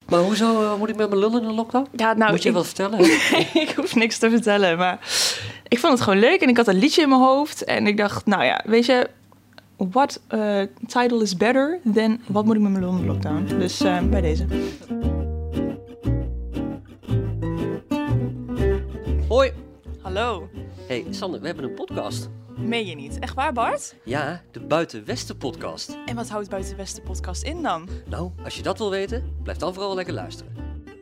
Maar hoezo moet ik met mijn lullen in de lockdown? Ja, nou, moet je wat vertellen? Ik hoef niks te vertellen, maar ik vond het gewoon leuk. En ik had een liedje in mijn hoofd. En ik dacht, nou ja, weet je... What title is better than... Wat moet ik met mijn lullen in de lockdown? Dus bij deze. Hoi. Hallo. Hey, Sander, we hebben een podcast. Meen je niet? Echt waar, Bart? Ja, de Buitenwesten podcast. En wat houdt Buitenwesten podcast in dan? Nou, als je dat wil weten, blijf dan vooral lekker luisteren.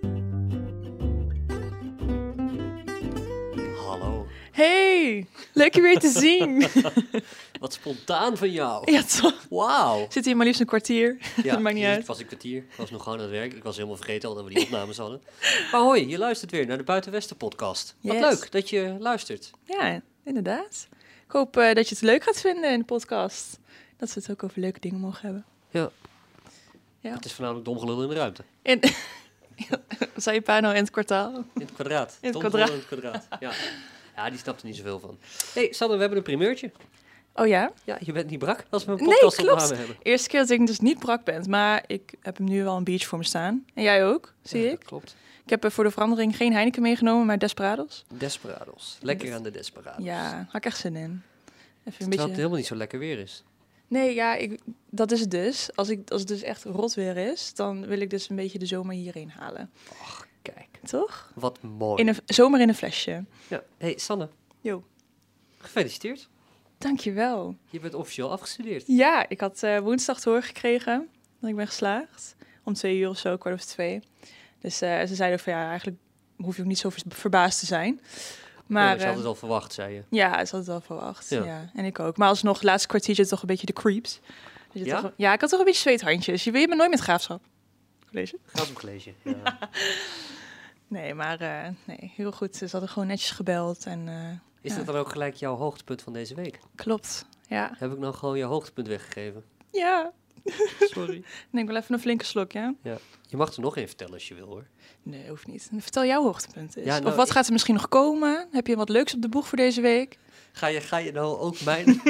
Hallo. Hey, leuk je weer te zien. Wat spontaan van jou. Ja, toch? Wauw. Zit hier maar liefst een kwartier. Ja, Dat maakt niet uit. het was een kwartier. Ik was nog gewoon aan het werk. Ik was helemaal vergeten al dat we die opnames hadden. Maar hoi, je luistert weer naar de Buitenwesten podcast. Wat Yes. leuk dat je luistert. Ja, inderdaad. Ik hoop dat je het leuk gaat vinden in de podcast. Dat we het ook over leuke dingen mogen hebben. Ja. Ja. Het is voornamelijk domgelul in de ruimte. In, zei je pa nou in het kwartaal? In het kwadraat. In het Domgelul kwadraat. in het kwadraat. Ja. Ja, die snapt er niet zoveel van. Hey, Sander, we hebben een primeurtje. Oh ja? Ja, je bent niet brak als we een Nee, podcast klopt. opgenomen hebben. Eerste keer dat ik dus niet brak ben, maar ik heb hem nu wel een biertje voor me staan. En jij ook, zie Ja, ik. klopt. Ik heb voor de verandering geen Heineken meegenomen, maar Desperados. Desperados. Lekker aan de Desperados. Ja, had ik echt zin in. Even een Terwijl beetje... het helemaal niet zo lekker weer is. Nee, ja, dat is het dus. Als het dus echt rot weer is, dan wil ik dus een beetje de zomer hierheen halen. Och, kijk. Toch? Wat mooi. In een zomer in een flesje. Ja. Hey, Sanne. Jo. Gefeliciteerd. Dankjewel. Je bent officieel afgestudeerd. Ja, ik had woensdag te horen gekregen dat ik ben geslaagd. Om 2 uur of zo, 2:15. Dus ze zeiden van ja, eigenlijk hoef je ook niet zo verbaasd te zijn. Maar Ja, je had het al verwacht, zei je. ja, ze had het wel verwacht. Ja. Ja. En ik ook. Maar alsnog, het laatste kwartiertje toch een beetje de creeps. Dus Ja? ja, ik had toch een beetje zweethandjes. Je weet me nooit met graafschap. College? Gaat op college. Ja. Nee, maar nee, heel goed. Ze hadden gewoon netjes gebeld. En, Is ja. dat dan ook gelijk jouw hoogtepunt van deze week? Klopt, ja. Heb ik nou gewoon jouw hoogtepunt weggegeven? Ja. Sorry. Neem wel even een flinke slok, ja? Ja. Je mag er nog één vertellen als je wil, hoor. Nee, hoeft niet. Vertel jouw hoogtepunt eens. Ja, nou, of wat gaat er misschien nog komen? Heb je wat leuks op de boeg voor deze week? Ga je nou ook mijn...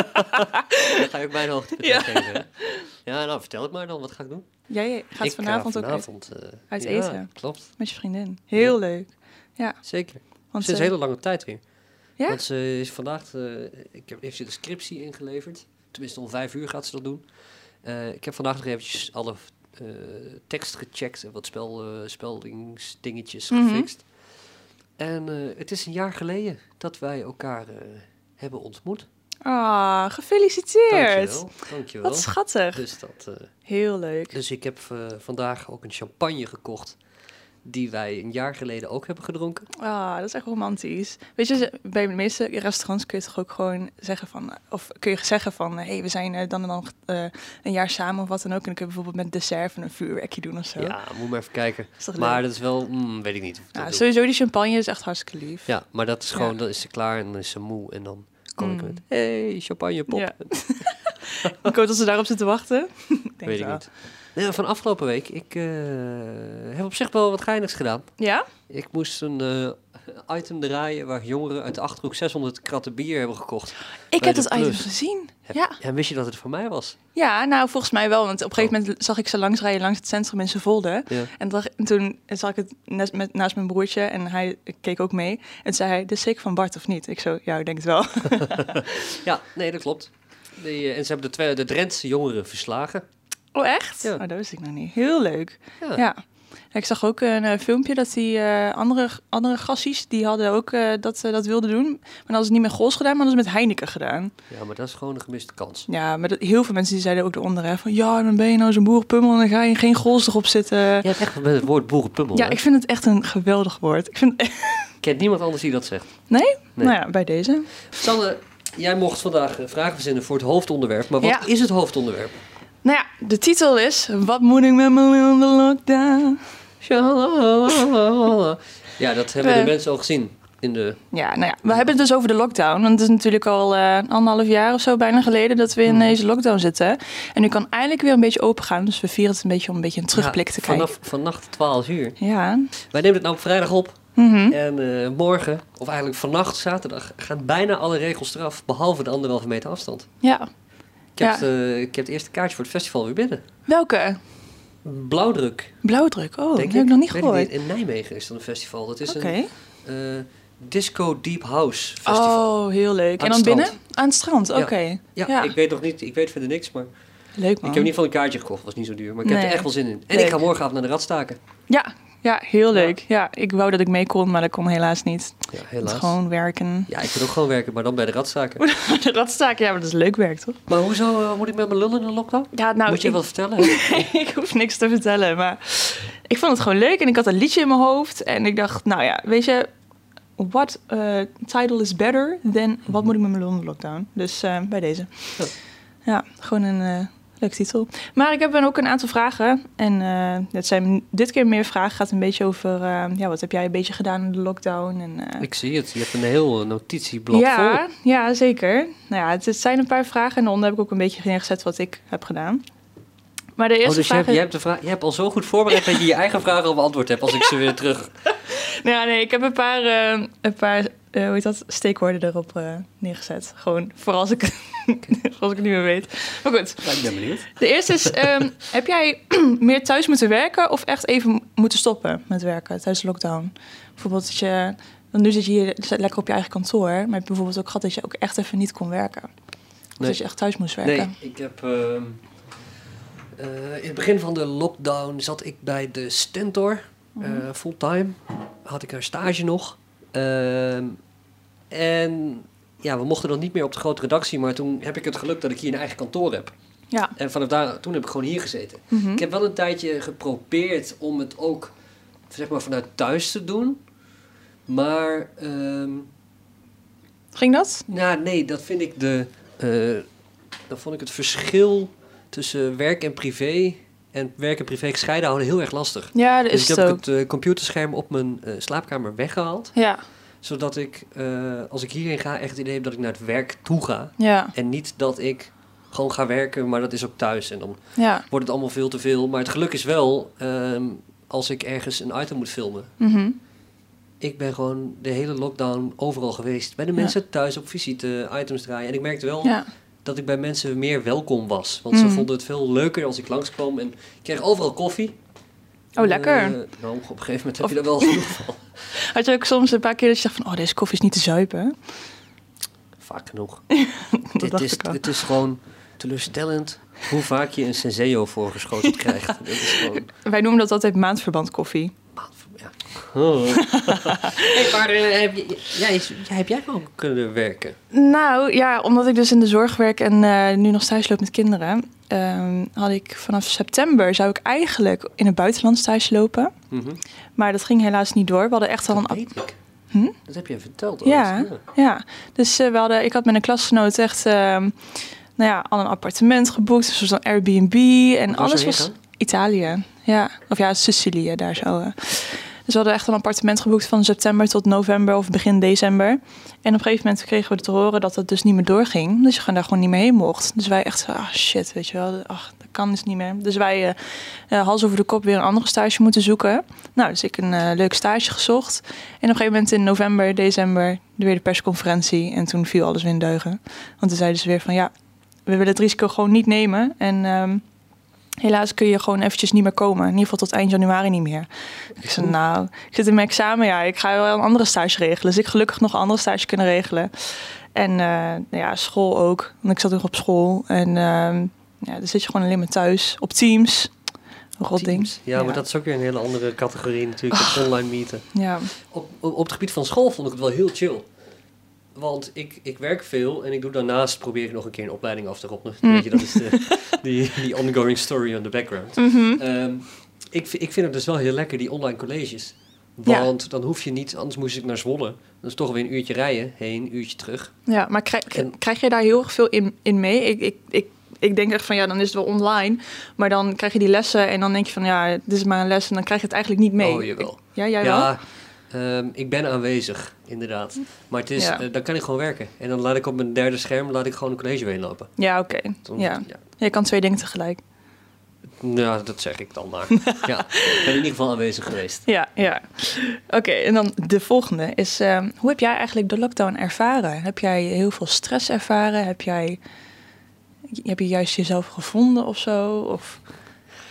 Ga je ook mijn hoogtepunt Ja. weggeven, hè? Ja, nou, vertel het maar dan. Wat ga ik doen? Jij gaat Ik ga vanavond ook uit ja, eten. Klopt, Met je vriendin. Heel leuk. Ja, zeker. want Sinds een hele lange tijd weer. ja? Want ze is vandaag... heeft ze de scriptie ingeleverd. Tenminste, om 5 uur gaat ze dat doen. Ik heb vandaag nog eventjes alle tekst gecheckt en wat speldingsdingetjes gefixt. En het is een jaar geleden dat wij elkaar hebben ontmoet. Ah, gefeliciteerd. Dankjewel. Wat schattig. Dus, Heel leuk. dus ik heb vandaag ook een champagne gekocht die wij een jaar geleden ook hebben gedronken. Ah, dat is echt romantisch. Weet je, bij de meeste restaurants kun je toch ook gewoon zeggen van... Of kun je zeggen van, hey, we zijn dan en dan een jaar samen of wat dan ook. En dan kun je bijvoorbeeld met dessert van een vuurwerkje doen of zo. Ja, moet maar even kijken. Is toch Maar leuk? dat is wel, weet ik niet. Of ik dat doe. Sowieso die champagne is echt hartstikke lief. Ja, maar dat is Ja. gewoon, dan is ze klaar en dan is ze moe. En dan kom ik Mm. met, hey, champagne pop. Ja. Ik hoop dat ze daarop zitten wachten. Denk Weet ik wel. niet. Nee, van afgelopen week, ik heb op zich wel wat geinigs gedaan. Ja? Ik moest een item draaien waar jongeren uit de Achterhoek 600 kratten bier hebben gekocht. Ik Bij heb de dat item Plus. gezien. Heb- Ja. En wist je dat het voor mij was? Ja, nou volgens mij wel. Want op een gegeven moment zag ik ze langsrijden langs het centrum in Zevolde. Ja. En toen zag ik het naast mijn broertje en hij keek ook mee. En zei hij, dit is zeker van Bart of niet? Ik zo, ja, ik denk het wel. Ja, nee, dat klopt. En ze hebben de Drentse jongeren verslagen. Oh, echt? Ja. Oh, dat wist ik nog niet. Heel leuk. Ja. Ja. Ik zag ook een filmpje dat die andere gassies, die hadden ook dat wilden doen. Maar dan hadden ze niet met Gols gedaan, maar dan hadden ze met Heineken gedaan. Ja, maar dat is gewoon een gemiste kans. Ja, maar heel veel mensen die zeiden ook eronder, hè, van ja, dan ben je nou zo'n boerenpummel en dan ga je geen Gols erop zitten. Je hebt echt met het woord boerenpummel. Ja, hè? ik vind het echt een geweldig woord. Ik vind... Kent niemand anders die dat zegt. Nee? Nee. Nou ja, bij deze. Sanne, jij mocht vandaag vragen verzinnen voor het hoofdonderwerp. Maar wat Ja. is het hoofdonderwerp? Nou ja, de titel is, wat moet ik met mijn lockdown? Ja, dat hebben de mensen al gezien in de... Ja, nou ja, we hebben het dus over de lockdown. Want het is natuurlijk al 1,5 jaar of zo bijna geleden dat we in deze lockdown zitten. En nu kan eindelijk weer een beetje open gaan. Dus we vieren het een beetje om een beetje een terugblik te kijken. Vannacht 12 uur. Ja. Wij nemen het nou op vrijdag op. Mhm. En morgen, of eigenlijk vannacht, zaterdag, gaan bijna alle regels eraf. Behalve de 1,5 meter afstand. Ja. Ik heb het eerste kaartje voor het festival weer binnen. Welke? Blauwdruk. Blauwdruk, oh, dat denk heb ik nog niet Weet gehoord. In Nijmegen is dat een festival. Dat is Oké. een Disco Deep House festival. Oh, heel leuk. Aan En het dan strand. binnen? Aan het strand, oké. Ja, ik weet nog niet, ik weet verder niks, maar Leuk ik man. heb in ieder geval een kaartje gekocht. Was niet zo duur, maar ik heb Nee. er echt wel zin in. En Leuk. ik ga morgenavond naar de Radstaken. Ja, heel leuk. Ja, ik wou dat ik mee kon, maar dat kon helaas niet. Ja, Het helaas. gewoon werken. Ja, ik moet ook gewoon werken, maar dan bij de Radstaken. De radstaken, ja, maar dat is leuk werk, toch? Maar hoezo moet ik met mijn lullen in de lockdown? Ja, nou, moet je ik, wat vertellen? Hè? ik hoef niks te vertellen, maar ik vond het gewoon leuk en ik had een liedje in mijn hoofd en ik dacht, nou ja, weet je, what title is better than wat moet ik met mijn lul in de lockdown? Dus bij deze. Ja. Ja, gewoon een leuke titel. Maar ik heb dan ook een aantal vragen en het zijn dit keer meer vragen. Gaat een beetje over, wat heb jij een beetje gedaan in de lockdown? En, Ik zie het, je hebt een heel notitieblad ja, vol. ja, zeker. Nou ja, het zijn een paar vragen en daaronder heb ik ook een beetje neergezet wat ik heb gedaan. Maar de eerste Dus vraag je hebt al zo goed voorbereid dat je je eigen vragen al beantwoord hebt als ik ze weer terug... Nou ja, nee, ik heb een paar hoe heet dat, steekwoorden erop neergezet. Gewoon voor als ik, voor als ik het niet meer weet. Maar goed, Ja, ik ben benieuwd. de eerste is, heb jij meer thuis moeten werken of echt even moeten stoppen met werken tijdens de lockdown? Bijvoorbeeld dat je, want nu zit je hier lekker op je eigen kantoor, maar heb je bijvoorbeeld ook gehad dat je ook echt even niet kon werken? Dus Nee. dat je echt thuis moest werken? Nee, ik heb... in het begin van de lockdown zat ik bij de Stentor, fulltime. Had ik daar stage nog. En ja, we mochten dan niet meer op de grote redactie, maar toen heb ik het geluk dat ik hier een eigen kantoor heb. Ja. En vanaf daar, toen heb ik gewoon hier gezeten. Mhm. Ik heb wel een tijdje geprobeerd om het ook, zeg maar, vanuit thuis te doen. Maar, Ging dat? nou nee, dat vind ik dan vond ik het verschil tussen werk en privé en werk en privé gescheiden houden heel erg lastig. Ja, dat Dus is ik het heb ook. het computerscherm op mijn slaapkamer weggehaald. Ja, Zodat ik, als ik hierheen ga, echt het idee heb dat ik naar het werk toe ga. ja, En niet dat ik gewoon ga werken, maar dat is ook thuis. En dan ja. wordt het allemaal veel te veel. Maar het geluk is wel, als ik ergens een item moet filmen. Mhm. Ik ben gewoon de hele lockdown overal geweest. Bij de mensen thuis op visite, items draaien. En ik merkte wel Ja. dat ik bij mensen meer welkom was. Want ze Mm. vonden het veel leuker als ik langskwam. En ik kreeg overal koffie. Oh, lekker. Nou, op een gegeven moment heb je er wel genoeg van. Had je ook soms een paar keer dat je dacht van, oh, deze koffie is niet te zuipen? Vaak genoeg. Dat dacht ik al. Het is gewoon teleurstellend hoe vaak je een Senseo voorgeschoteld krijgt. Dat is gewoon... Wij noemen dat altijd maandverband koffie. Ja. Oh. Hey, maar heb jij gewoon kunnen werken? Nou ja, omdat ik dus in de zorg werk en nu nog stage loop met kinderen, had ik vanaf september zou ik eigenlijk in het buitenland stage lopen. Mhm. Maar dat ging helaas niet door. We hadden echt al Dat een... weet ik. Hm? Dat heb je verteld. Ja, ja. Dus ik had met een klasgenoot echt al een appartement geboekt, een soort van Airbnb en Waar alles zou je was gaan? Italië. Ja, of ja, Sicilië, daar zo. Dus we hadden echt een appartement geboekt van september tot november of begin december. En op een gegeven moment kregen we te horen dat het dus niet meer doorging. Dus je daar gewoon niet meer heen mocht. Dus wij echt zo, shit, weet je wel. Ach, dat kan dus niet meer. Dus wij hals over de kop weer een andere stage moeten zoeken. Nou, dus ik een leuk stage gezocht. En op een gegeven moment in november, december, weer de persconferentie. En toen viel alles weer in duigen. Want toen zeiden ze weer van, ja, we willen het risico gewoon niet nemen. En helaas kun je gewoon eventjes niet meer komen. In ieder geval tot eind januari niet meer. Ik zei, nou, ik zit in mijn examen. Ja, ik ga wel een andere stage regelen. Dus ik gelukkig nog een andere stage kunnen regelen. En school ook. Want ik zat nog op school. En dan zit je gewoon alleen maar thuis. Op Teams. Een rot ding. Teams. Ja, maar dat is ook weer een hele andere categorie natuurlijk. Het online meeten. Ja. Op het gebied van school vond ik het wel heel chill. Want ik werk veel en ik doe daarnaast probeer ik nog een keer een opleiding af te ronden. Weet je, dat is die ongoing story on the background. Mhm. Ik vind het dus wel heel lekker, die online colleges. Want dan hoef je niet, anders moest ik naar Zwolle. Dat is toch weer een uurtje rijden, heen, een uurtje terug. Ja, maar krijg je daar heel erg veel in mee? Ik denk echt van, ja, dan is het wel online. Maar dan krijg je die lessen en dan denk je van, ja, dit is maar een les. En dan krijg je het eigenlijk niet mee. Oh, jawel. Jij wel? Ik ben aanwezig, inderdaad. Maar het is, Ja. dan kan ik gewoon werken. En dan laat ik op mijn derde scherm gewoon een college heen lopen. Ja, oké. Ja. Je kan 2 dingen tegelijk. Ja, dat zeg ik dan maar. Ja, ik ben in ieder geval aanwezig geweest. Ja. Oké, en dan de volgende is... hoe heb jij eigenlijk de lockdown ervaren? Heb jij heel veel stress ervaren? Heb je juist jezelf gevonden of zo? Of...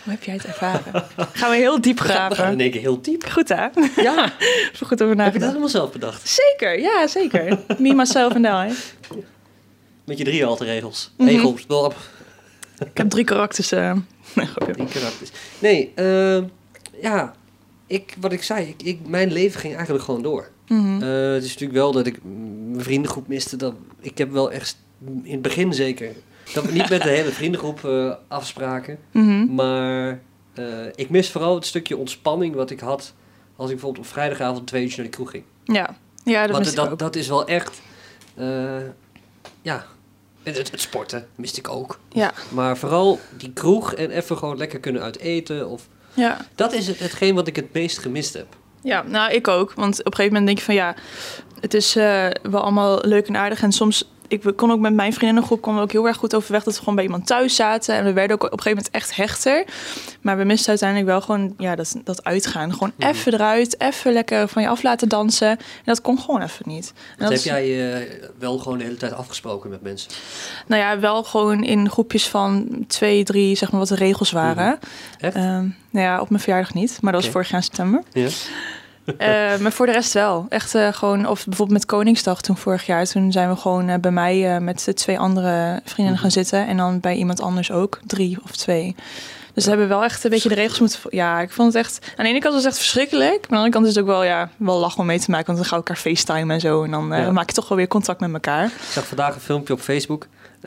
Hoe heb jij het ervaren? Gaan we heel diep We gaan graven. in één keer heel diep. Goed, hè? Ja, Even goed over heb je dat nagedacht. helemaal zelf bedacht? Zeker, ja, zeker. Me, myself en I. Met je 3 alter-regels. Mhm. Egels, blop. Ik heb 3 karakters. Nee, grapje. 3 karakters. Nee, ja, wat ik zei, mijn leven ging eigenlijk gewoon door. Mhm. Het is natuurlijk wel dat ik mijn vriendengroep miste. Ik heb wel echt, in het begin zeker, dat we niet met de hele vriendengroep afspraken. Mhm. Maar ik mis vooral het stukje ontspanning wat ik had als ik bijvoorbeeld op vrijdagavond 2 uur naar de kroeg ging. Ja, dat Want miste ik ook. dat is wel echt, ja, het sporten miste ik ook. Ja, Maar vooral die kroeg en even gewoon lekker kunnen uit eten. Of, ja. dat is hetgeen wat ik het meest gemist heb. Ja, nou, ik ook. Want op een gegeven moment denk je van ja, het is wel allemaal leuk en aardig. En soms, ik kon ook met mijn vriendinnengroep konden we ook heel erg goed overweg dat we gewoon bij iemand thuis zaten. En we werden ook op een gegeven moment echt hechter. Maar we misten uiteindelijk wel gewoon ja, dat uitgaan. Gewoon even eruit, even lekker van je af laten dansen. En dat kon gewoon even niet. En Dat dat heb jij wel gewoon de hele tijd afgesproken met mensen. Nou ja, wel gewoon in groepjes van 2, 3, zeg maar wat de regels waren. Echt? Nou ja, op mijn verjaardag niet. Maar dat was Oké. vorig jaar in september. Ja. Maar voor de rest wel. Echt gewoon, of bijvoorbeeld met Koningsdag toen vorig jaar. Toen zijn we gewoon bij mij met de 2 andere vriendinnen gaan zitten. En dan bij iemand anders ook, 3 of 2. Dus we hebben wel echt een beetje de regels moeten... Ja, ik vond het echt... Aan de ene kant was het echt verschrikkelijk. Maar aan de andere kant is het ook wel lachen om mee te maken. Want dan gaan we elkaar facetimen en zo. En dan maak je toch wel weer contact met elkaar. Ik zag vandaag een filmpje op Facebook.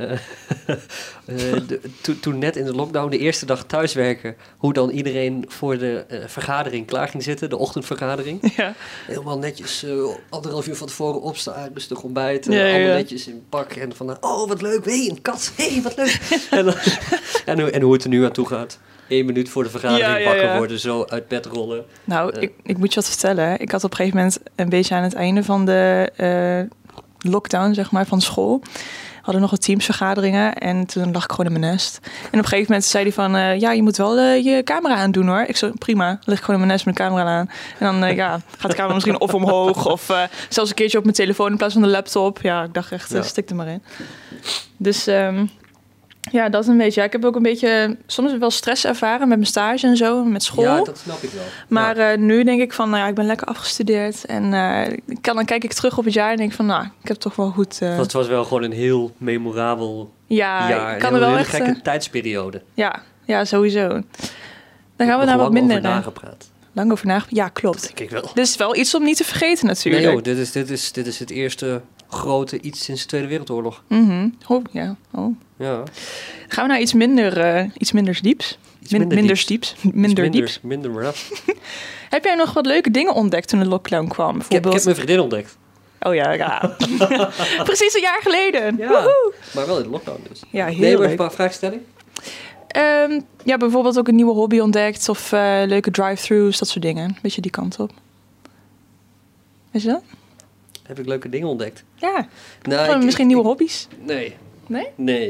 Toen net in de lockdown, de eerste dag thuiswerken, hoe dan iedereen voor de vergadering klaar ging zitten, de ochtendvergadering. Ja. Helemaal netjes 1,5 uur van tevoren opstaan, rustig ontbijten, Ja, ja, allemaal ja. netjes in pak. En van, oh wat leuk, hey, een kat, hey, wat leuk. en hoe het er nu aan toe gaat. 1 minuut voor de vergadering Ja. wakker worden, zo uit bed rollen. Nou, ik moet je wat vertellen. Ik had op een gegeven moment een beetje aan het einde van de lockdown, zeg maar, van school. We hadden nog wat teamsvergaderingen en toen lag ik gewoon in mijn nest. En op een gegeven moment zei hij van, ja, je moet wel je camera aandoen hoor. Ik zo, prima, dan lig ik gewoon in mijn nest met de camera aan. En dan gaat de camera misschien of omhoog of zelfs een keertje op mijn telefoon in plaats van de laptop. Ja, ik dacht echt, stik er maar in. Dus ja, dat een beetje. Ja, ik heb ook een beetje soms wel stress ervaren met mijn stage en zo, met school. Ja, dat snap ik wel. Maar nu denk ik van, nou ja, ik ben lekker afgestudeerd. En dan kijk ik terug op het jaar en denk van, nou, ik heb toch wel goed... Het was wel gewoon een heel memorabel ja, jaar. ik kan een er wel hele echt... gekke tijdsperiode. Ja, sowieso. Dan gaan we naar wat Lang minder... over nagepraat. Lang over nagepraat? Ja, klopt. Denk ik wel. Dit is wel iets om niet te vergeten natuurlijk. Nee joh, dit is het eerste grote iets sinds de Tweede Wereldoorlog. Mhm. Oh, ja. Oh. Ja. Gaan we naar iets minder dieps? Minder dieps. Minder rough. Heb jij nog wat leuke dingen ontdekt toen de lockdown kwam? Ik Bijvoorbeeld... heb mijn vriendin ontdekt. Oh ja. Precies een jaar geleden. Ja. Woehoe. Maar wel in de lockdown dus. Ja, heel Nee, maar leuk. een vraagstelling? Ja, bijvoorbeeld ook een nieuwe hobby ontdekt of leuke drive-thrus, dat soort dingen. Beetje die kant op. Weet je dat? Heb ik leuke dingen ontdekt? Ja, Nou, gewoon misschien nieuwe hobby's. Nee. Nee?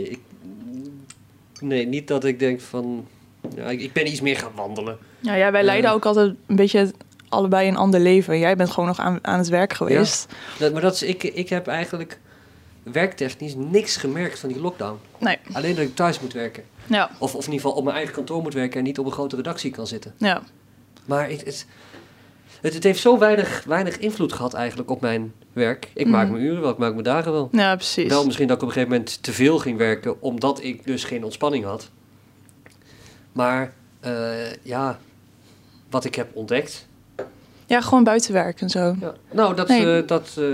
Nee, niet dat ik denk van... Ja, ik ben iets meer gaan wandelen. Nou ja, wij leiden ook altijd een beetje allebei een ander leven. Jij bent gewoon nog aan het werk geweest. Maar dat is, ik heb eigenlijk werktechnisch niks gemerkt van die lockdown. Nee. Alleen dat ik thuis moet werken. Ja. Of in ieder geval op mijn eigen kantoor moet werken en niet op een grote redactie kan zitten. Ja. Maar het heeft zo weinig invloed gehad eigenlijk op mijn werk. Ik maak mijn uren wel, ik maak mijn dagen wel. Ja, precies. Wel misschien dat ik op een gegeven moment te veel ging werken, omdat ik dus geen ontspanning had. Maar ja, wat ik heb ontdekt. Ja, gewoon buiten werken en zo. Ja, nou, Nee.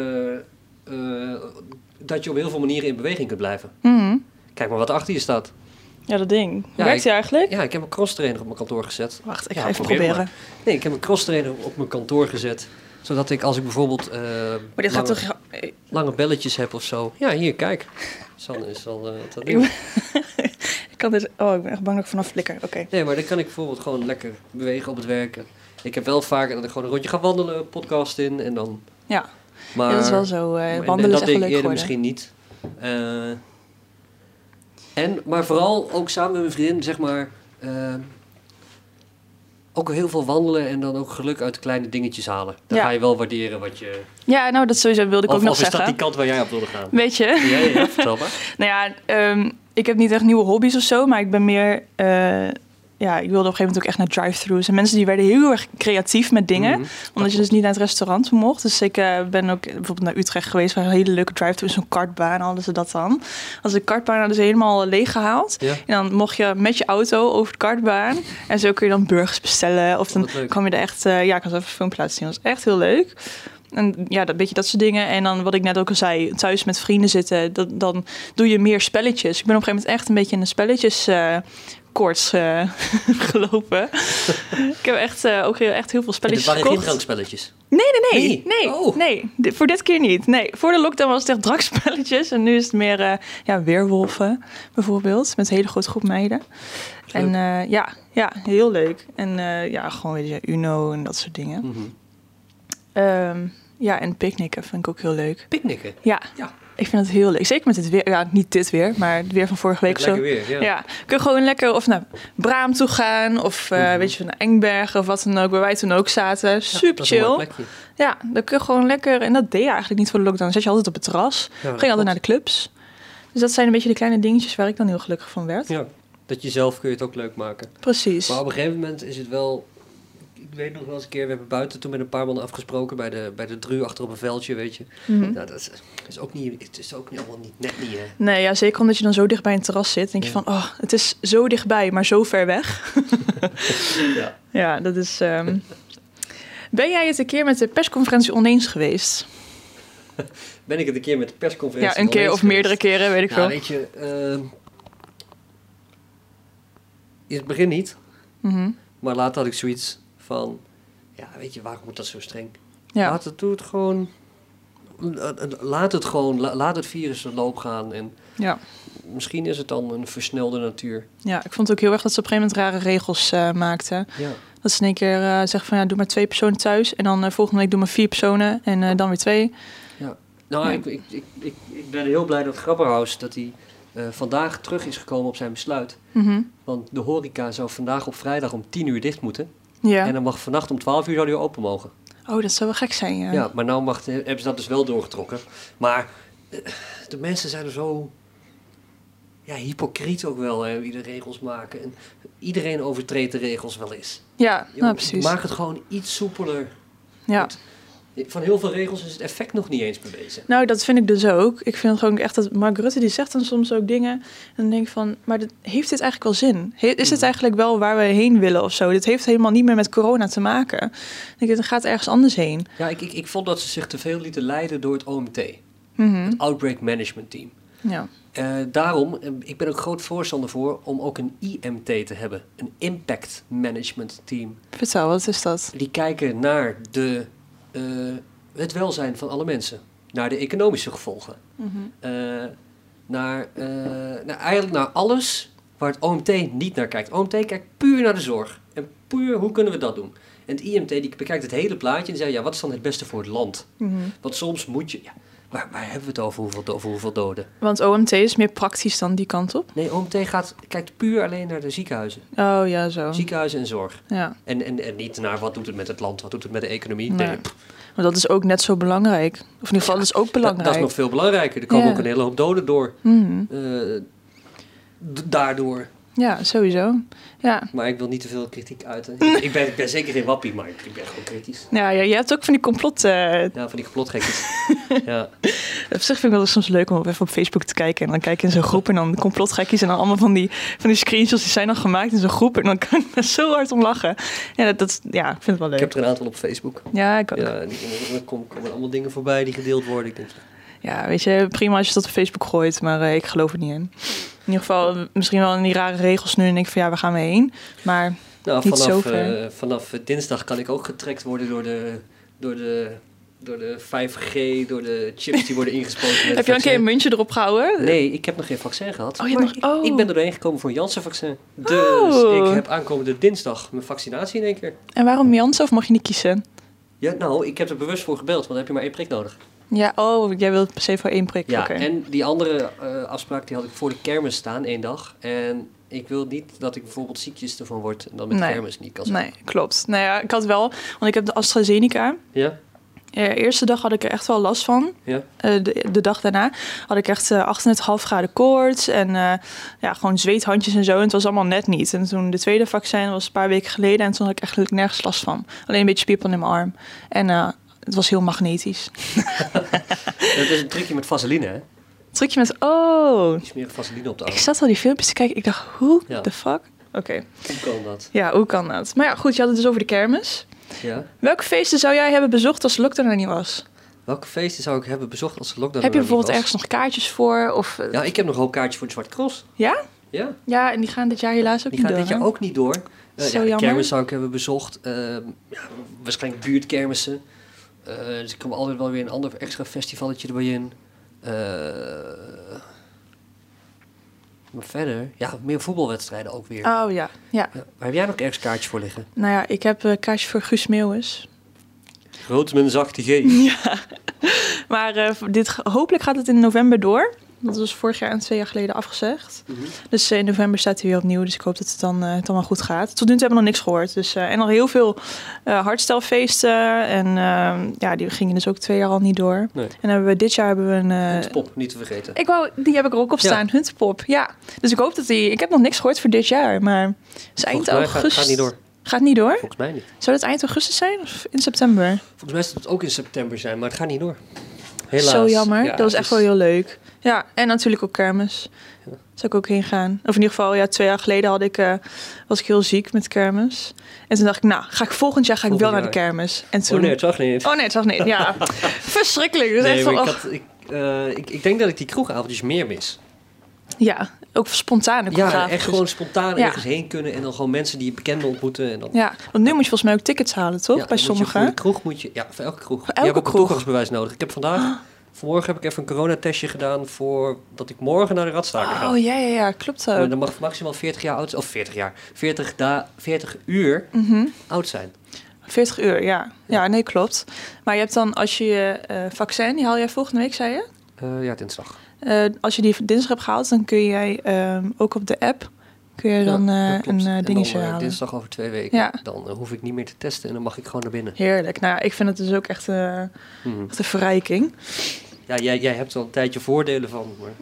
Dat je op heel veel manieren in beweging kunt blijven. Mhm. Kijk maar wat achter je staat. Ja, dat ding. Hoe Ja, werkt hij eigenlijk? Ja, ik heb een crosstrainer op mijn kantoor gezet. Wacht, ik Ja, ga even probeer proberen. Nee, ik heb een crosstrainer op mijn kantoor gezet. Zodat ik als ik bijvoorbeeld Maar dit gaat toch... lange belletjes heb of zo. Ja, hier, kijk. Sanne is al dat ding. Ik kan dit... Oh, ik ben echt bang dat ik vanaf flikker. Oké. Nee, maar dan kan ik bijvoorbeeld gewoon lekker bewegen op het werken. Ik heb wel vaker dat ik gewoon een rondje ga wandelen, podcast in en dan... Ja. Maar, Ja, dat is wel zo. en Wandelen is dat echt deed wel ik leuk eerder geworden. misschien niet. Maar vooral ook samen met mijn vriendin, zeg maar... ook heel veel wandelen en dan ook geluk uit de kleine dingetjes halen. Dan Ja. ga je wel waarderen wat je... Ja, nou, dat sowieso wilde ik ook nog Of is zeggen. dat die kant waar jij op wilde gaan? Weet je? Ja, vertel maar. Nou ja, ik heb niet echt nieuwe hobby's of zo, maar ik ben meer ja, ik wilde op een gegeven moment ook echt naar drive-thrus. En mensen die werden heel erg creatief met dingen. Omdat je dus niet naar het restaurant mocht. Dus ik ben ook bijvoorbeeld naar Utrecht geweest, waar een hele leuke drive-thru, zo'n kartbaan, hadden ze dat dan. Als de kartbaan hadden ze helemaal leeg gehaald. Ja. En dan mocht je met je auto over de kartbaan. En zo kun je dan burgers bestellen. Of dan kwam je er echt... ik had even een filmpje laten zien. Dat was echt heel leuk. En ja, dat beetje dat soort dingen. En dan wat ik net ook al zei, thuis met vrienden zitten, dan doe je meer spelletjes. Ik ben op een gegeven moment echt een beetje in de spelletjes koorts gelopen. Ik heb echt ook echt heel veel spelletjes gekocht. Het waren geen drankspelletjes? drankspelletjes? Nee. Voor dit keer niet. Nee, voor de lockdown was het echt drankspelletjes. En nu is het meer weerwolven bijvoorbeeld. Met een hele grote groep meiden. Leuk. En ja, heel leuk. En gewoon weet je, Uno en dat soort dingen. Mm-hmm. En picknicken vind ik ook heel leuk. Picknicken? Ja. Ik vind het heel leuk. Zeker met het weer. Ja, niet dit weer, maar het weer van vorige week. Lekker weer, ja. Kun je gewoon lekker of naar Braam toe gaan. Of weet je, naar Engbergen of wat dan ook. Waar wij toen ook zaten. Super chill. Ja, dan kun je gewoon lekker... En dat deed je eigenlijk niet voor de lockdown. Dan zat je altijd op het terras. Ging altijd naar de clubs. Dus dat zijn een beetje de kleine dingetjes waar ik dan heel gelukkig van werd. Ja, dat je zelf kun je het ook leuk maken. Precies. Maar op een gegeven moment is het wel... Ik weet nog wel eens een keer, we hebben buiten toen met een paar mannen afgesproken bij de Dru achter op een veldje, weet je. Mm-hmm. Nou, dat is ook niet, het is ook allemaal net niet, hè. Nee, ja, zeker omdat je dan zo dicht bij een terras zit. Denk je van, het is zo dichtbij, maar zo ver weg. Ja, dat is... Ben jij het een keer met de persconferentie oneens geweest? Ben ik het een keer met de persconferentie oneens keer of geweest? Meerdere keren, weet ik veel. Weet je, in het begin niet. Mm-hmm. Maar later had ik zoiets van... Ja, weet je, waarom moet dat zo streng? Ja. Doe het gewoon... Laat het virus de loop gaan. En misschien is het dan een versnelde natuur. Ja, ik vond het ook heel erg dat ze op een gegeven moment rare regels maakten. Ja. Dat ze in één keer zeggen van... doe maar 2 personen thuis. En dan volgende week doe maar 4 personen. En dan weer 2. Ja. Nou, ja. Ik ben heel blij dat Grabberhaus... dat hij vandaag terug is gekomen op zijn besluit. Mm-hmm. Want de horeca zou vandaag op vrijdag om 10 uur dicht moeten. Ja. En dan mag vannacht om 12 uur zou die open mogen. Oh, dat zou wel gek zijn, ja. Ja, maar nou hebben ze dat dus wel doorgetrokken. Maar de mensen zijn er zo... Ja, hypocriet ook wel, hè, wie de regels maken. En iedereen overtreedt de regels wel eens. Ja, precies. Maak het gewoon iets soepeler. Ja. Van heel veel regels is het effect nog niet eens bewezen. Nou, dat vind ik dus ook. Ik vind gewoon echt dat Mark Rutte die zegt dan soms ook dingen. En dan denk ik van, maar heeft dit eigenlijk wel zin? Is het eigenlijk wel waar we heen willen of zo? Dit heeft helemaal niet meer met corona te maken. Dan gaat ergens anders heen. Ja, ik vond dat ze zich te veel lieten leiden door het OMT. Mm-hmm. Het Outbreak Management Team. Ja. Daarom, ik ben ook groot voorstander voor om ook een IMT te hebben. Een Impact Management Team. Vertel, wat is dat? Die kijken naar het welzijn van alle mensen. Naar de economische gevolgen. Mm-hmm. Eigenlijk naar alles waar het OMT niet naar kijkt. OMT kijkt puur naar de zorg. En puur, hoe kunnen we dat doen? En het IMT die bekijkt het hele plaatje en zegt, ja, wat is dan het beste voor het land? Mm-hmm. Want soms moet je... Ja, waar hebben we het over hoeveel doden? Want OMT is meer praktisch dan die kant op? Nee, OMT kijkt puur alleen naar de ziekenhuizen. Oh, ja, zo. Ziekenhuizen en zorg. Ja. En niet naar wat doet het met het land, wat doet het met de economie. Nee. Maar dat is ook net zo belangrijk. Of in ieder geval, dat is ook belangrijk. Dat is nog veel belangrijker. Er komen ook een hele hoop doden door. Mm-hmm. Daardoor. Ja, sowieso. Ja. Maar ik wil niet te veel kritiek uiten. Ik ben zeker geen wappie, maar ik ben gewoon kritisch. Ja, je hebt ook van die complot... Ja, van die complotgekjes. Ja. Op zich vind ik wel soms leuk om even op Facebook te kijken. En dan kijk je in zo'n groep en dan complotgekjes. En dan allemaal van die screenshots die zijn dan gemaakt in zo'n groep. En dan kan ik er zo hard om lachen. Ja, ik vind het wel leuk. Ik heb er een aantal op Facebook. Ja, ik ook. Ja, en dan komen allemaal dingen voorbij die gedeeld worden. Ik denk, ja, weet je, prima als je dat op Facebook gooit. Maar ik geloof er niet in. In ieder geval misschien wel in die rare regels nu. En denk ik van, ja, waar gaan we heen? Maar niet zo ver. Vanaf dinsdag kan ik ook getrekt worden door de 5G, door de chips die worden ingespoten. Heb je een keer een muntje erop gehouden? Nee, ik heb nog geen vaccin gehad. Ik ben er doorheen gekomen voor een Janssen-vaccin. Dus ik heb aankomende dinsdag mijn vaccinatie in 1 keer. En waarom Janssen of mag je niet kiezen? Ja, nou, ik heb er bewust voor gebeld, want dan heb je maar 1 prik nodig. Ja, jij wilt per se voor 1 prik. Ja, okay. En die andere afspraak die had ik voor de kermis staan, 1 dag. En ik wil niet dat ik bijvoorbeeld ziekjes ervan word en dan met kermis niet kan zijn. Nee, klopt. Nou ja, ik had wel, want ik heb de AstraZeneca. Ja. eerste dag had ik er echt wel last van. Ja? De dag daarna had ik echt 38,5 graden koorts. En gewoon zweethandjes en zo. En het was allemaal net niet. En toen de tweede vaccin was een paar weken geleden. En toen had ik eigenlijk nergens last van. Alleen een beetje spierpijn in mijn arm. En het was heel magnetisch. Dat is een trucje met vaseline, hè? Trucje met... Oh, Iets meer vaseline op de arm. ik zat al die filmpjes te kijken. Ik dacht, hoe the fuck? Oké. Hoe kan dat? Ja, hoe kan dat? Maar ja, goed, je had het dus over de kermis. Ja. Welke feesten zou jij hebben bezocht als de lockdown er niet was? Welke feesten zou ik hebben bezocht als de lockdown Heb je er niet bijvoorbeeld was? ergens nog kaartjes voor? Of, Ja, ik heb nog ook kaartjes voor de Zwarte Cross. Ja? Ja. Ja, en die gaan dit jaar helaas ook Die niet gaan door. dit jaar hè? ook niet door. Zo De jammer. kermis zou ik hebben bezocht. Waarschijnlijk buurtkermissen. Dus ik kom altijd wel weer een ander extra festivalletje erbij in. Maar verder, ja, meer voetbalwedstrijden ook weer. Oh ja. Ja, waar heb jij nog ergens kaartjes voor liggen? Nou ja, ik heb kaartjes voor Guus Meeuwis. Groot met een zachte G. Maar hopelijk gaat het in november door. Dat was vorig jaar en 2 jaar geleden afgezegd. Mhm. Dus in november staat hij weer opnieuw. Dus ik hoop dat het dan wel goed gaat. Tot nu toe hebben we nog niks gehoord. Dus, en nog heel veel hardstelfeesten. En die gingen dus ook 2 jaar al niet door. Nee. En dit jaar hebben we een... Het pop, niet te vergeten. Die heb ik er ook op staan. Ja. Huntpop, ja. Dus ik hoop dat die... Ik heb nog niks gehoord voor dit jaar. Maar het is eind Volgens mij augustus. gaat niet door. Gaat niet door? Volgens mij niet. Zou dat eind augustus zijn of in september? Volgens mij zou het ook in september zijn, maar het gaat niet door. Helaas. Zo jammer. Ja, Dat was het echt is- wel heel leuk. Ja, en natuurlijk ook kermis. Ja. Zou ik ook heen gaan. Of in ieder geval, ja, 2 jaar geleden was ik heel ziek met kermis. En toen dacht ik, nou, volgend jaar wel Volgend naar de jaar. kermis. En toen... Oh nee, het zag niet. Oh nee, het was niet. Ja, verschrikkelijk. Dus Nee, echt maar wel, ik denk dat ik die kroegavondjes meer mis. ja, ook spontane Ja, choreografie. echt gewoon spontaan Ja. ergens heen kunnen en dan gewoon mensen die je bekenden ontmoeten. En dan, Ja, want nu moet je volgens mij ook tickets halen, toch? Ja, Bij dan moet je sommigen. voor de kroeg moet je, ja, voor elke kroeg. Voor Je hebt elke ook een kroeg. toegangsbewijs nodig. Ik heb vanmorgen heb ik even een coronatestje gedaan voordat ik morgen naar de Radstaker ga. Oh ja, klopt Maar ook. dan mag maximaal 40 jaar oud, of 40 jaar, 40 uur Mhm. oud zijn. 40 uur, ja. Ja, nee, klopt. Maar je hebt dan, als je je vaccin, die haal jij volgende week, zei je? Ja, dinsdag. Als je die dinsdag hebt gehaald, dan kun jij ook op de app kun je dan Ja, dat klopt. een En dingetje dan, halen. dinsdag over 2 weken, Ja. dan hoef ik niet meer te testen en dan mag ik gewoon naar binnen. Heerlijk. Nou ja, ik vind het dus ook echt, Mhm. echt een verrijking. Ja, jij hebt er al een tijdje voordelen van. Maar...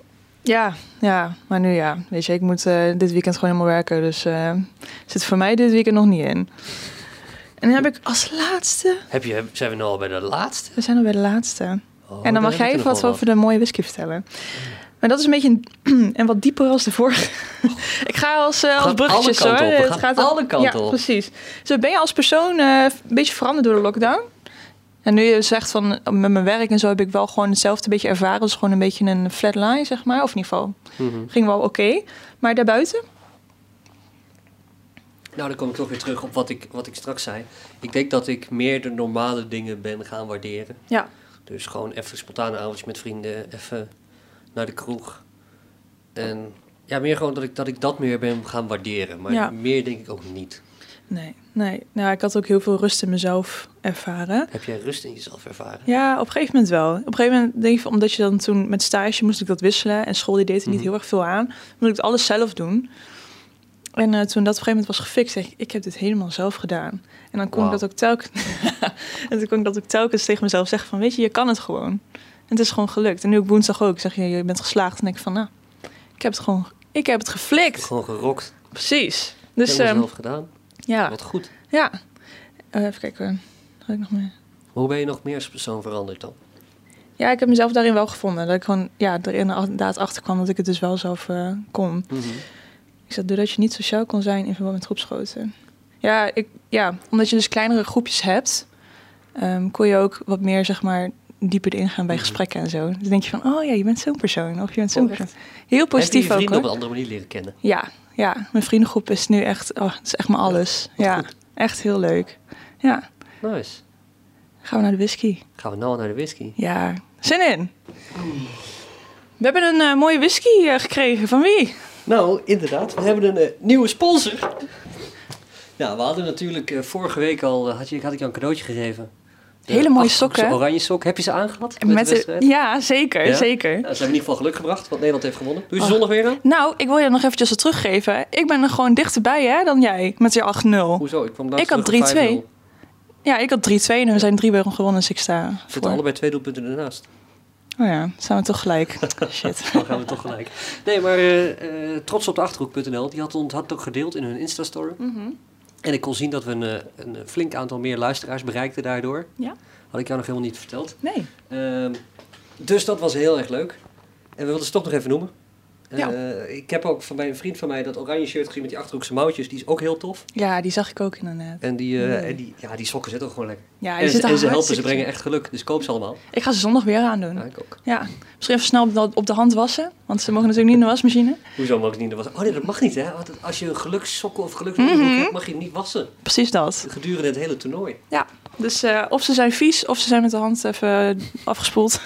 Ja, maar nu ja. Weet je, ik moet dit weekend gewoon helemaal werken. Dus zit voor mij dit weekend nog niet in. En dan heb ik als laatste... Zijn we nu al bij de laatste? We zijn al bij de laatste. Oh, En daar dan mag heb jij ik er even nog wat wel over de mooie whisky vertellen. Maar dat is een beetje en wat dieper als de vorige. Ik ga als bruggetjes alle kanten hoor. op. We Het gaan alle kanten ja, op. precies. Dus ben je als persoon een beetje veranderd door de lockdown? En nu je zegt van met mijn werk en zo heb ik wel gewoon hetzelfde beetje ervaren. Dus gewoon een beetje een flat line, zeg maar. Of in ieder geval ging wel oké. Maar daarbuiten? Nou, dan kom ik toch weer terug op wat ik straks zei. Ik denk dat ik meer de normale dingen ben gaan waarderen. Ja. Dus gewoon even een spontane avondje met vrienden, even naar de kroeg. En ja, meer gewoon dat ik dat meer ben gaan waarderen. Maar Ja. meer denk ik ook niet. Nee. Nou, ik had ook heel veel rust in mezelf ervaren. Heb jij rust in jezelf ervaren? Ja, op een gegeven moment wel. Op een gegeven moment denk ik, omdat je dan toen met stage moest ik dat wisselen. En school die deed er niet heel erg veel aan. Moest ik het alles zelf doen. En toen dat op een gegeven moment was gefixt, zeg ik heb dit helemaal zelf gedaan. En dan kon ik dat ook telkens... en toen kon ik dat ook telkens tegen mezelf zeggen van, weet je kan het gewoon. En het is gewoon gelukt. En nu op woensdag ook. Ik zeg, je bent geslaagd. En denk ik van, nou, ik heb het geflikt. Gewoon gerokt. Precies. Ik Dus heb het zelf gedaan. ja. Wat goed. Ja. Even kijken. Wat had ik nog meer? Hoe ben je nog meer als persoon veranderd dan? Ja, ik heb mezelf daarin wel gevonden. Dat ik gewoon, er inderdaad achter kwam dat ik het dus wel zelf kon. Ik zei, doordat je niet sociaal kon zijn in verband met groepsgrootte. Omdat je dus kleinere groepjes hebt, kon je ook wat meer, zeg maar, dieper ingaan bij gesprekken en zo. Dus denk je van, oh ja, je bent zo'n persoon. Of je bent zo'n persoon. Heel positief heb je ook, vrienden op hoor. een andere manier leren kennen? Ja, mijn vriendengroep is nu echt, het is echt mijn alles. Wat Ja, goed. echt heel leuk. Ja, Nice. gaan we naar de whisky. Gaan we nou naar de whisky? Ja, zin in. We hebben een mooie whisky gekregen. Van wie? Nou, inderdaad. We hebben een nieuwe sponsor. Nou, we hadden natuurlijk vorige week al... had ik jou een cadeautje gegeven. De Hele mooie Achterhoekse sokken. oranje sok. Heb je ze aangehad met de wedstrijd? Ja, zeker, Ja? zeker. Nou, ze hebben in ieder geval geluk gebracht, want Nederland heeft gewonnen. Doe je ze zondag weer aan? Nou, ik wil je nog eventjes wat teruggeven. Ik ben er gewoon dichterbij dan jij, met je 8-0. Hoezo? Ik kwam Ik had 3-2. Ja, ik had 3-2 en we zijn 3 bij gewonnen, dus ik sta We voor. zitten allebei 2 doelpunten ernaast. Oh ja, staan we toch gelijk. Shit. Dan gaan we toch gelijk. Nee, maar trots op de Achterhoek.nl, die had het ook gedeeld in hun Insta-story. En ik kon zien dat we een flink aantal meer luisteraars bereikten daardoor. Ja? Had ik jou nog helemaal niet verteld. Nee. Dus dat was heel erg leuk. En we wilden ze toch nog even noemen. Ja. Ik heb ook van een vriend van mij dat oranje shirt gezien met die Achterhoekse mouwtjes. Die is ook heel tof. Ja, die zag ik ook inderdaad. En die sokken zitten ook gewoon lekker. Ja, die En zitten ze helpen, ze hartstikke brengen goed. echt geluk. Dus koop ze allemaal. Ik ga ze zondag weer aandoen. Ja, ik ook. Ja, misschien even snel op de hand wassen. Want ze mogen natuurlijk niet in de wasmachine. Hoezo mag ik niet? Oh nee, dat mag niet hè. Want als je een gelukssokken of geluksonderbroek hebt, mag je het niet wassen. Precies dat. Gedurende het hele toernooi. Ja, dus of ze zijn vies of ze zijn met de hand even afgespoeld.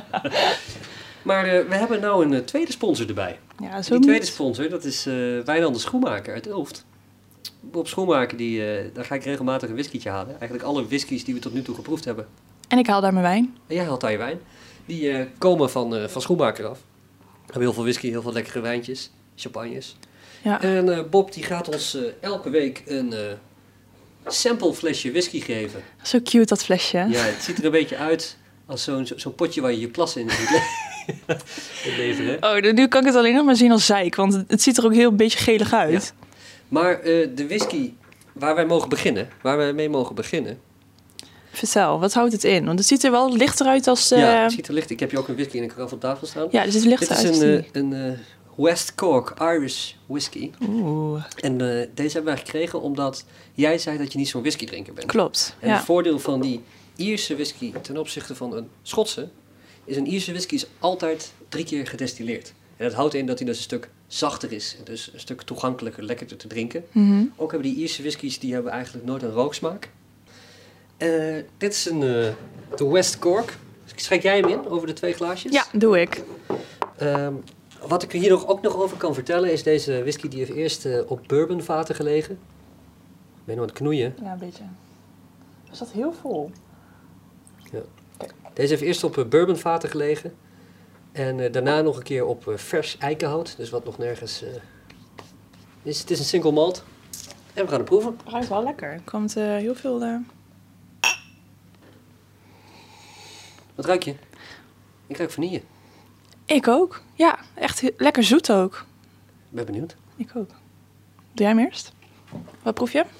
Maar we hebben nou een tweede sponsor erbij. Ja, zo Die tweede niet. sponsor, dat is Wijnand de Schoenmaker uit Ulft. Bob Schoenmaker, daar ga ik regelmatig een whiskietje halen. Eigenlijk alle whiskies die we tot nu toe geproefd hebben. En ik haal daar mijn wijn. En jij haalt daar je wijn. Die komen van Schoenmaker af. We hebben heel veel whisky, heel veel lekkere wijntjes, champagnes. Ja. En Bob die gaat ons elke week een sampleflesje whisky geven. Zo cute dat flesje. Ja, het ziet er een beetje uit als zo'n potje waar je je plas in moet leveren. Oh, nu kan ik het alleen nog maar zien als zeik. Want het ziet er ook heel een beetje gelig uit. Ja. Maar de whisky waar wij mee mogen beginnen. Vertel, wat houdt het in? Want het ziet er wel lichter uit als... Ja, het ziet er licht. Ik heb hier ook een whisky in de karaff op tafel staan. Ja, er zit lichter uit. Dit is een West Cork Irish whisky. Oeh, En deze hebben wij gekregen omdat jij zei dat je niet zo'n whiskydrinker bent. klopt. En Ja. het voordeel van die Ierse whisky ten opzichte van een Schotse is een Ierse whisky is altijd 3 keer gedestilleerd. En dat houdt in dat hij dus een stuk zachter is. En dus een stuk toegankelijker, lekkerder te drinken. Mhm. Ook hebben die Ierse whiskies, die hebben eigenlijk nooit een rooksmaak. Dit is de West Cork. Schenk jij hem in over de 2 glaasjes? Ja, doe ik. Wat ik er hier ook nog over kan vertellen is deze whisky die heeft eerst op bourbonvaten gelegen. Ik ben nog aan het knoeien. Ja, een beetje. Er zat heel vol. Deze heeft eerst op bourbonvaten gelegen. En daarna nog een keer op vers eikenhout. Dus wat nog nergens... Het is een single malt. En we gaan het proeven. Het ruikt wel lekker. Er komt heel veel... Wat ruik je? Ik ruik vanille. Ik ook. Ja, echt lekker zoet ook. Ik ben benieuwd. Ik ook. Doe jij hem eerst? Wat proef je?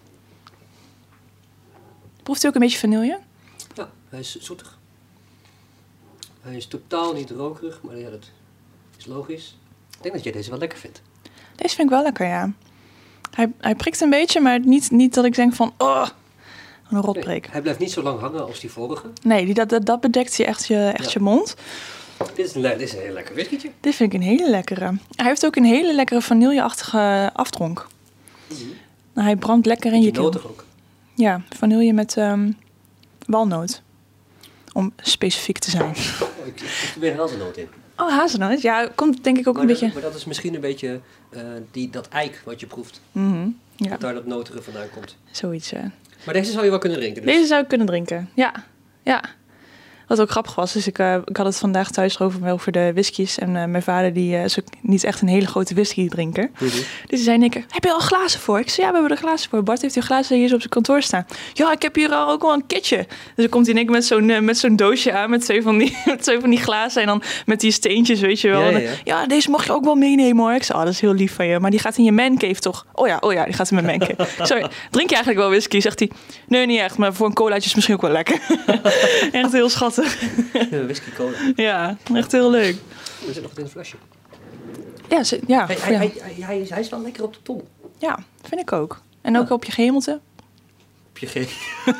Proeft u ook een beetje vanille? Ja, hij is zoetig. Hij is totaal niet rokerig, maar ja, dat is logisch. Ik denk dat jij deze wel lekker vindt. Deze vind ik wel lekker, ja. Hij prikt een beetje, maar niet dat ik denk van... Oh, een rotbreek. Hij blijft niet zo lang hangen als die vorige. Nee, dat bedekt je echt je mond. Dit is een heel lekker whiskietje. Dit vind ik een hele lekkere. Hij heeft ook een hele lekkere vanilleachtige aftronk. Nou, hij brandt lekker in je keel. Notig ook. Ja, vanille met walnoot. Om specifiek te zijn. Oh, ik doe weer een hazelnoot in. Oh, hazelnoot. Ja, komt denk ik ook een beetje... Maar dat is misschien een beetje dat eik wat je proeft. Mhm, ja, Dat daar dat notige vandaan komt. zoiets. Maar deze zou je wel kunnen drinken. Dus. Deze zou ik kunnen drinken. Ja, ja. Wat ook grappig was, dus ik had het vandaag thuis over de whiskies. En mijn vader die is ook niet echt een hele grote whisky drinker. Mhm. Dus die zei in één keer, heb je al glazen voor? Ik zei, ja, we hebben er glazen voor. Bart heeft hier glazen hier zo op zijn kantoor staan. Ja, ik heb hier ook wel een kitje. Dus dan komt hij in één keer met zo'n doosje aan met twee van die glazen. En dan met die steentjes, weet je wel. Ja, En ja. dan, ja, deze mag je ook wel meenemen hoor. Ik zei, dat is heel lief van je. Maar die gaat in je mancave toch? Oh ja, die gaat in mijn mancave. Sorry, drink je eigenlijk wel whisky? Zegt hij, nee, niet echt. Maar voor een colaatje is misschien ook wel lekker. Echt heel schattig. Whisky cola. Ja, echt heel leuk. Er zit nog wat in een flesje. Ja, Hij is wel lekker op de tong. ja, vind ik ook. En ook op je gehemelte. Op je G.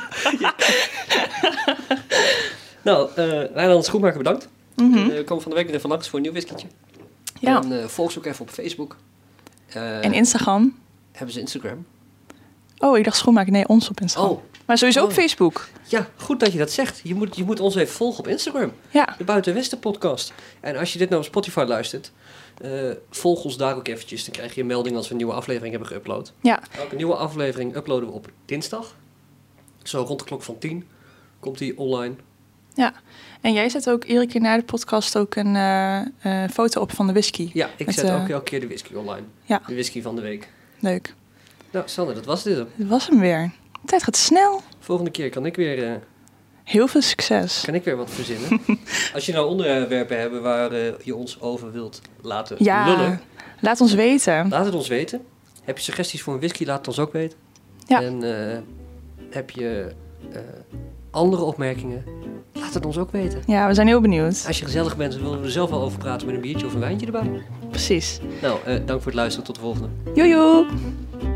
Nou, Wijnand Schoenmaker bedankt. We komen van de week weer even langs voor een nieuw whiskietje. Ja. En volg ze ook even op Facebook. En Instagram. Hebben ze Instagram? Oh, ik dacht schoenmaken. Nee, ons op Instagram. Oh, Maar sowieso ook Oh. Facebook. ja, goed dat je dat zegt. Je moet ons even volgen op Instagram. Ja, De Buitenwesten podcast. En als je dit nou op Spotify luistert, volg ons daar ook eventjes. Dan krijg je een melding als we een nieuwe aflevering hebben geüpload. ja. Elke nieuwe aflevering uploaden we op dinsdag. Zo rond de klok van 10 komt die online. Ja. En jij zet ook iedere keer na de podcast ook een foto op van de whisky. Ja, ik Met, zet ook elke keer de whisky online. Ja. De whisky van de week. Leuk. Nou, Sander, dat was dit. Dat was hem weer. De tijd gaat snel. Volgende keer kan ik weer Heel veel succes. wat verzinnen. Als je nou onderwerpen hebt waar je ons over wilt laten lullen. Laat ons weten. Laat het ons weten. Heb je suggesties voor een whisky, laat het ons ook weten. Ja. En heb je andere opmerkingen, laat het ons ook weten. Ja, we zijn heel benieuwd. Als je gezellig bent, dan willen we er zelf wel over praten met een biertje of een wijntje erbij. Precies. Nou, dank voor het luisteren. Tot de volgende. Joejoe!